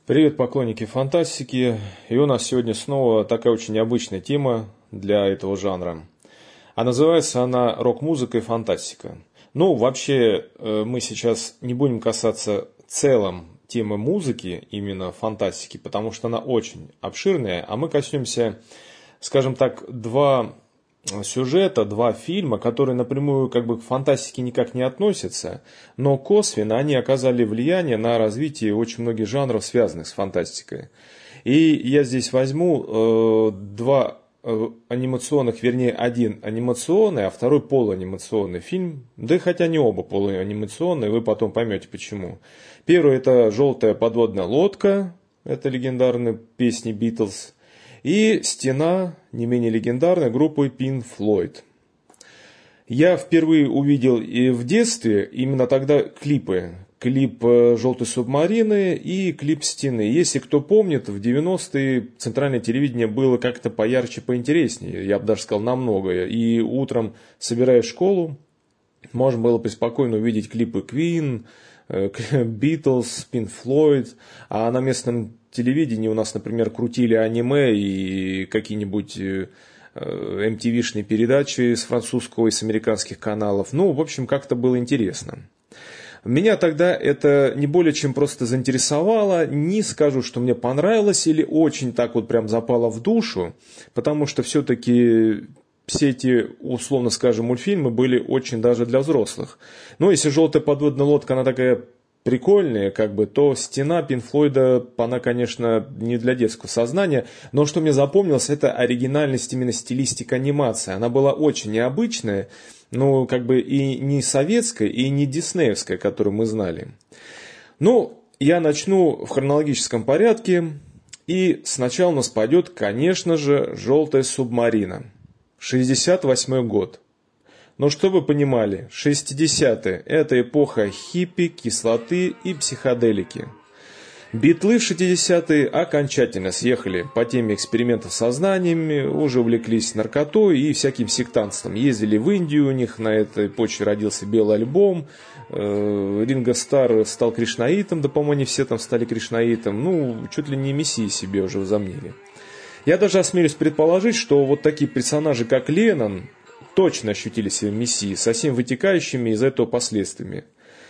Привет, поклонники фантастики. И у нас сегодня снова такая очень необычная тема для этого жанра. А называется она «Рок-музыка и фантастика». Ну, вообще, мы сейчас не будем касаться целом темы музыки, именно фантастики, потому что она очень обширная, а мы коснемся, скажем так, два сюжета, два фильма, которые напрямую как бы к фантастике никак не относятся, но косвенно они оказали влияние на развитие очень многих жанров, связанных с фантастикой. И я здесь возьму два анимационных, вернее, один анимационный, а второй полуанимационный фильм, да и хотя не оба полуанимационные, вы потом поймете почему. Первый — это «Желтая подводная лодка», это легендарные песни Битлз, и «Стена», не менее легендарной, группы Pink Floyd. Я впервые увидел и в детстве именно тогда клипы. Клип «Желтой субмарины» и клип «Стены». Если кто помнит, в 90-е центральное телевидение было как-то поярче, поинтереснее. Я бы даже сказал, намного. И утром, собираясь в школу, можно было преспокойно увидеть клипы Queen, Beatles, Pink Floyd, а на местном телевидении у нас, например, крутили аниме и какие-нибудь MTV-шные передачи с французского и с американских каналов. Ну, в общем, как-то было интересно. Меня тогда это не более чем просто заинтересовало, не скажу, что мне понравилось или очень так вот прям запало в душу, потому что все-таки все эти, условно скажем, мультфильмы были очень даже для взрослых. Но если «Желтая подводная лодка», она такая прикольная, как бы, то «Стена» Пинк Флойда, она, конечно, не для детского сознания, но что мне запомнилось, это оригинальность, именно стилистика анимации. Она была очень необычная, ну, как бы и не советская, и не диснеевская, которую мы знали. Ну, я начну в хронологическом порядке, и сначала у нас пойдет, конечно же, «Желтая субмарина». 68 год. Но чтобы вы понимали, 60-е – это эпоха хиппи, кислоты и психоделики. Битлы в 60-е окончательно съехали по теме экспериментов с сознаниями, уже увлеклись наркотой и всяким сектантством. Ездили в Индию, у них на этой почве родился белый альбом, Ринго Старр стал кришнаитом, да, по-моему, они все там стали кришнаитом, ну, чуть ли не мессией себе уже возомнили. Я даже осмелюсь предположить, что вот такие персонажи, как Леннон, точно ощутили себя мессией, со всеми вытекающими из этого последствиями.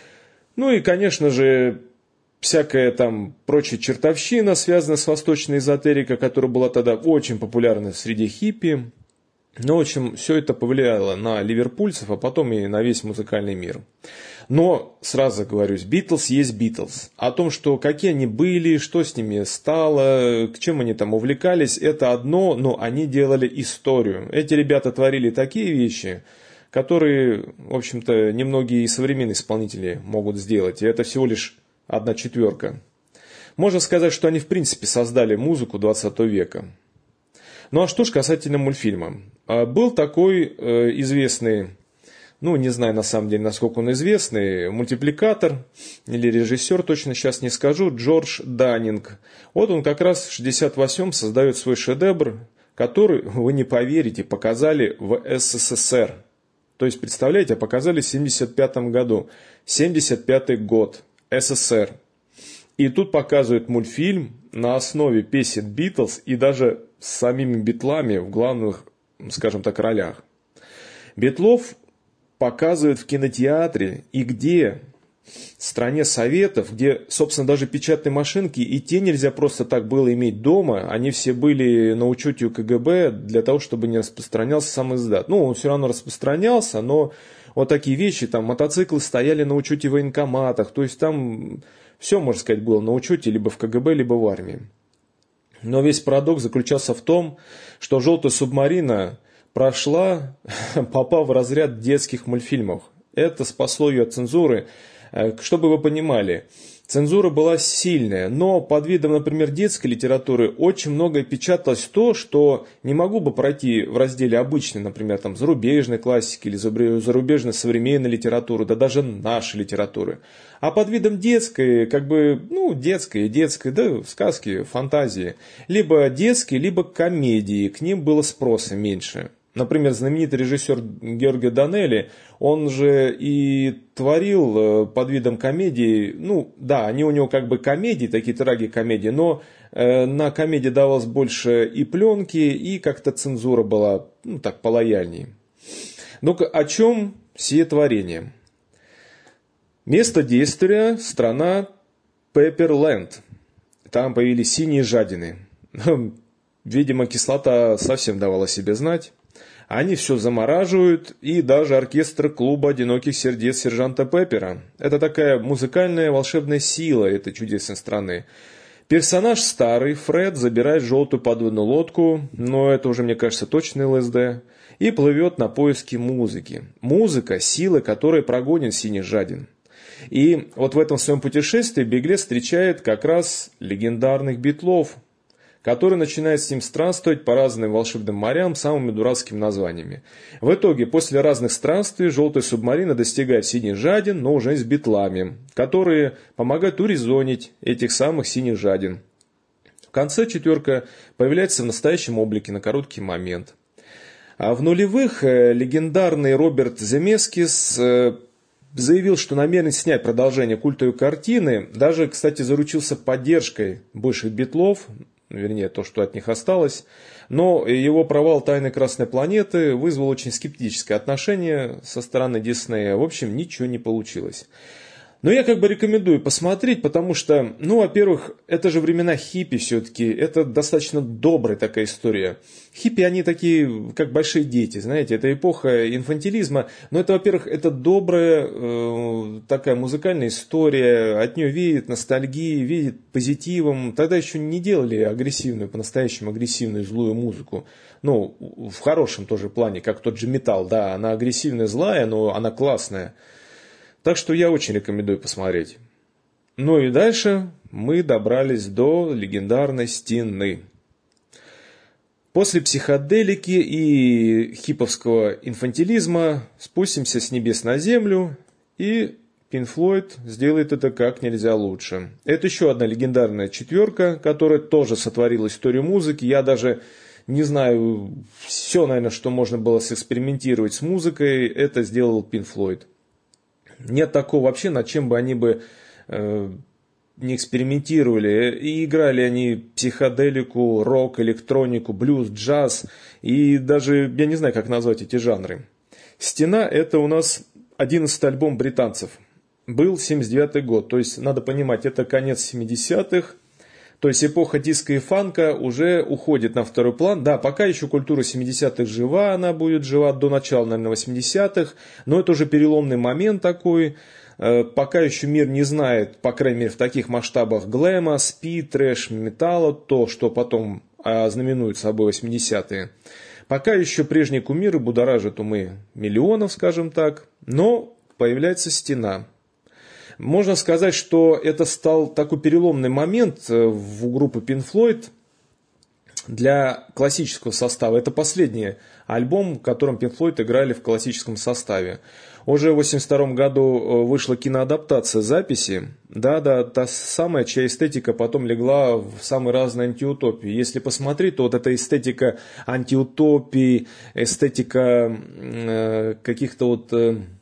Ну и, конечно же, всякая там прочая чертовщина, связанная с восточной эзотерикой, которая была тогда очень популярна среди хиппи. Ну, в общем, все это повлияло на ливерпульцев, а потом и на весь музыкальный мир. Но, сразу говорю, Битлз есть Битлз. О том, что какие они были, что с ними стало, к чем они там увлекались, это одно, но они делали историю. Эти ребята творили такие вещи, которые, в общем-то, немногие современные исполнители могут сделать. И это всего лишь 1/4. Можно сказать, что они в принципе создали музыку 20 века. Ну а что ж касательно мультфильма. Был такой известный, ну не знаю на самом деле, насколько он известный, мультипликатор или режиссер, точно сейчас не скажу, Джордж Даннинг. Вот он как раз в 68-м создает свой шедевр, который, вы не поверите, показали в СССР. То есть, представляете, показали в 75-м году. 75-й год, СССР. И тут показывают мультфильм на основе песен Битлз и даже с самими Битлами в главных, скажем так, ролях. Битлов показывают в кинотеатре и где? В стране Советов, где, собственно, даже печатные машинки и те нельзя просто так было иметь дома. Они все были на учете у КГБ для того, чтобы не распространялся сам издат. Ну, он все равно распространялся, но вот такие вещи, там мотоциклы стояли на учете в военкоматах. То есть там все, можно сказать, было на учете либо в КГБ, либо в армии. Но весь парадокс заключался в том, что «Желтая субмарина» прошла, попав в разряд детских мультфильмов. Это спасло ее от цензуры. Чтобы вы понимали, цензура была сильная, но под видом, например, детской литературы очень многое печаталось то, что не могло бы пройти в разделе обычной, например, там, зарубежной классики или зарубежной современной литературы, да даже нашей литературы. А под видом детской, как бы, ну, детской, да, сказки, фантазии, либо детские, либо комедии, к ним было спроса меньше. Например, знаменитый режиссер Георгио Данелли, он же и творил под видом комедии, ну да, они у него как бы комедии, такие трагикомедии, но на комедии давалось больше и пленки, и как-то цензура была, ну так, полояльней. Ну-ка, о чем сие творение? Место действия – страна Пепперленд. Там появились синие жадины. Видимо, кислота совсем давала себе знать. Они все замораживают, и даже оркестр клуба «Одиноких сердец» сержанта Пеппера. Это такая музыкальная волшебная сила этой чудесной страны. Персонаж старый, Фред, забирает желтую подводную лодку, но это уже, мне кажется, точный ЛСД, и плывет на поиски музыки. Музыка – сила, которая прогонит синих жадин. И вот в этом своем путешествии беглец встречает как раз легендарных Битлов, который начинает с ним странствовать по разным волшебным морям с самыми дурацкими названиями. В итоге, после разных странствий, желтая субмарина достигает синих жадин, но уже с битлами, которые помогают урезонить этих самых синих жадин. В конце четверка появляется в настоящем облике на короткий момент. А в нулевых легендарный Роберт Земекис заявил, что намерен снять продолжение культовой картины, даже, кстати, заручился поддержкой бывших битлов, вернее, то, что от них осталось. Но его провал «Тайны Красной планеты» вызвал очень скептическое отношение со стороны Диснея. В общем, ничего не получилось. Но я как бы рекомендую посмотреть, потому что, ну, во-первых, это же времена хиппи все-таки. Это достаточно добрая такая история. Хиппи, они такие, как большие дети, знаете. Это эпоха инфантилизма. Но это, во-первых, это добрая такая музыкальная история. От нее веет ностальгией, веет позитивом. Тогда еще не делали агрессивную, по-настоящему агрессивную злую музыку. Ну, в хорошем тоже плане, как тот же металл. Да, она агрессивная, злая, но она классная. Так что я очень рекомендую посмотреть. Ну и дальше мы добрались до легендарной стены. После психоделики и хиповского инфантилизма спустимся с небес на землю, и Pink Floyd сделает это как нельзя лучше. Это еще одна легендарная четверка, которая тоже сотворила историю музыки. Я даже не знаю, все, наверное, что можно было сэкспериментировать с музыкой, это сделал Pink Floyd. Нет такого вообще, над чем бы они бы не экспериментировали. И играли они психоделику, рок, электронику, блюз, джаз. И даже, я не знаю, как назвать эти жанры. «Стена» — это у нас 11-й альбом британцев. Был 79-й год. То есть, надо понимать, это конец 70-х. То есть эпоха диска и фанка уже уходит на второй план. Да, пока еще культура 70-х жива, она будет жива до начала, наверное, 80-х. Но это уже переломный момент такой. Пока еще мир не знает, по крайней мере в таких масштабах, глэма, спид, трэш, металла, то, что потом знаменует собой 80-е. Пока еще прежние кумиры будоражат умы миллионов, скажем так. Но появляется «Стена». Можно сказать, что это стал такой переломный момент в группе Pink Floyd для классического состава. Это последний альбом, в котором Pink Floyd играли в классическом составе. Уже в 1982 году вышла киноадаптация записи. Да, та самая, чья эстетика потом легла в самые разные антиутопии. Если посмотреть, то вот эта эстетика антиутопии, эстетика каких-то вот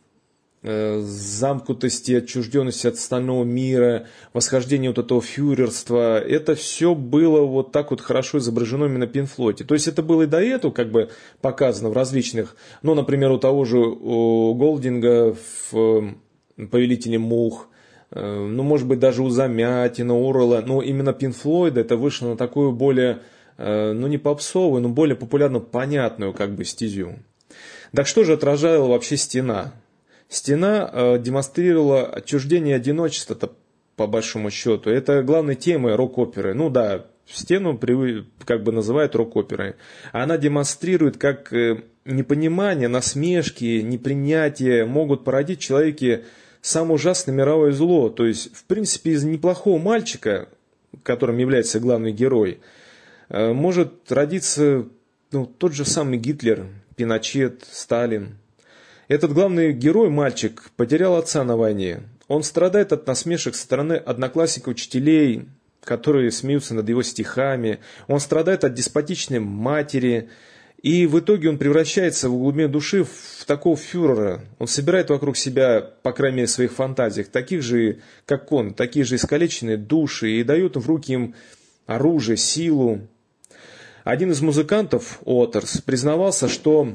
замкнутости, отчужденности от остального мира, восхождение вот этого фюрерства, это все было вот так вот хорошо изображено именно в Pink Floyd. То есть это было и до этого как бы показано в различных, ну, например, у того же Голдинга в «Повелителе мух», ну, может быть, даже у Замятина, Орла, но именно Pink Floyd это вышло на такую более, ну, не попсовую, но более популярную, понятную как бы стезю. Так что же отражала вообще «Стена»? «Стена» демонстрировала отчуждение и одиночество, по большому счету. Это главной темой рок-оперы. Ну да, «Стену» как бы называют рок-оперой. Она демонстрирует, как непонимание, насмешки, непринятие могут породить в человеке самое ужасное мировое зло. То есть, в принципе, из неплохого мальчика, которым является главный герой, может родиться тот же самый Гитлер, Пиночет, Сталин. Этот главный герой, мальчик, потерял отца на войне. Он страдает от насмешек со стороны одноклассников, учителей, которые смеются над его стихами. Он страдает от деспотичной матери. И в итоге он превращается в глубине души в такого фюрера. Он собирает вокруг себя, по крайней мере, в своих фантазиях, таких же, как он, такие же искалеченные души, и дает в руки им оружие, силу. Один из музыкантов, Уотерс, признавался, что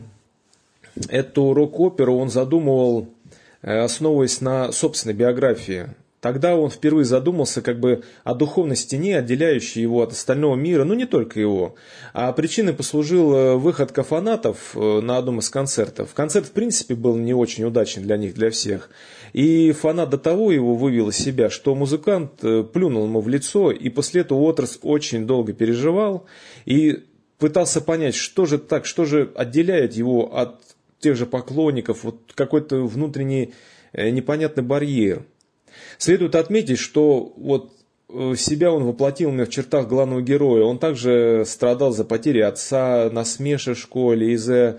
эту рок-оперу он задумывал, основываясь на собственной биографии. Тогда он впервые задумался о духовной стене, отделяющей его от остального мира, не только его. А причиной послужил выходка фанатов на одном из концертов. Концерт, в принципе, был не очень удачный для них, для всех. И фанат до того его вывел из себя, что музыкант плюнул ему в лицо, и после этого Уотерс очень долго переживал и пытался понять, что же так, что же отделяет его от тех же поклонников, какой-то внутренний непонятный барьер. Следует отметить, что себя он воплотил в чертах главного героя. Он также страдал за потери отца, насмешек в школе, из-за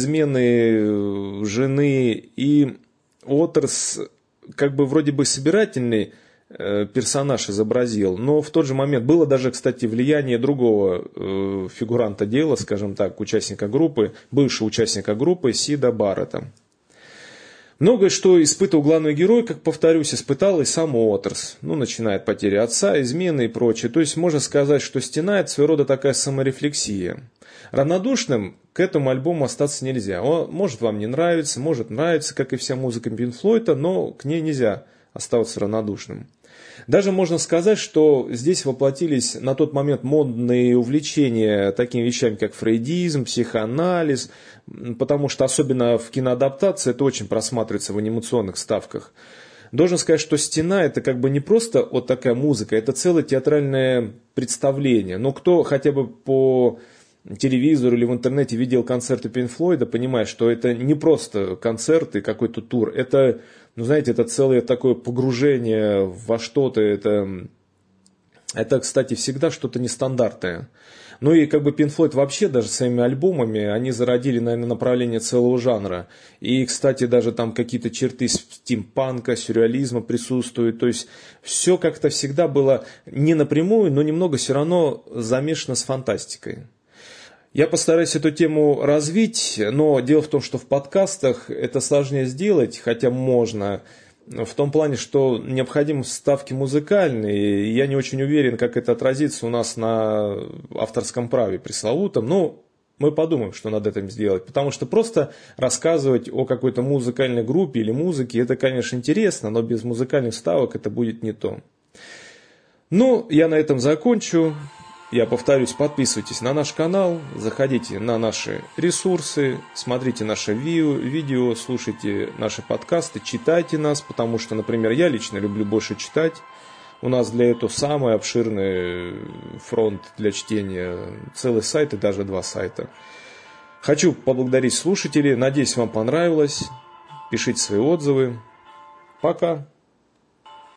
измены жены. И Уотерс вроде бы собирательный персонаж изобразил, но в тот же момент было даже, кстати, влияние другого фигуранта дела, скажем так, участника группы, бывшего участника группы Сида Баррета. Многое, что испытывал главный герой, как повторюсь, испытал и сам Уотерс. Начиная от потери отца, измены и прочее. То есть можно сказать, что «Стена» — это своего рода такая саморефлексия. Равнодушным к этому альбому остаться нельзя. Он может вам не нравиться, может нравиться, как и вся музыка Пинк Флойда, но к ней нельзя оставаться равнодушным. Даже можно сказать, что здесь воплотились на тот момент модные увлечения такими вещами, как фрейдизм, психоанализ, потому что особенно в киноадаптации это очень просматривается в анимационных вставках. Должен сказать, что «Стена» — это не просто такая музыка, это целое театральное представление. Но кто хотя бы по телевизору или в интернете видел концерты Пинк Флойда, понимает, что это не просто концерт и какой-то тур, это, это целое такое погружение во что-то, это, кстати, всегда что-то нестандартное. И Пинк Флойд вообще даже своими альбомами, они зародили, наверное, направление целого жанра. И, кстати, даже там какие-то черты стимпанка, сюрреализма присутствуют. То есть все как-то всегда было не напрямую, но немного все равно замешано с фантастикой. Я постараюсь эту тему развить, но дело в том, что в подкастах это сложнее сделать, хотя можно, в том плане, что необходимы вставки музыкальные, и я не очень уверен, как это отразится у нас на авторском праве пресловутом, но мы подумаем, что надо этим сделать, потому что просто рассказывать о какой-то музыкальной группе или музыке, это, конечно, интересно, но без музыкальных вставок это будет не то. Я на этом закончу. Я повторюсь, подписывайтесь на наш канал, заходите на наши ресурсы, смотрите наши видео, слушайте наши подкасты, читайте нас, потому что, например, я лично люблю больше читать. У нас для этого самый обширный фронт для чтения, целый сайт и даже 2 сайта. Хочу поблагодарить слушателей, надеюсь, вам понравилось. Пишите свои отзывы. Пока.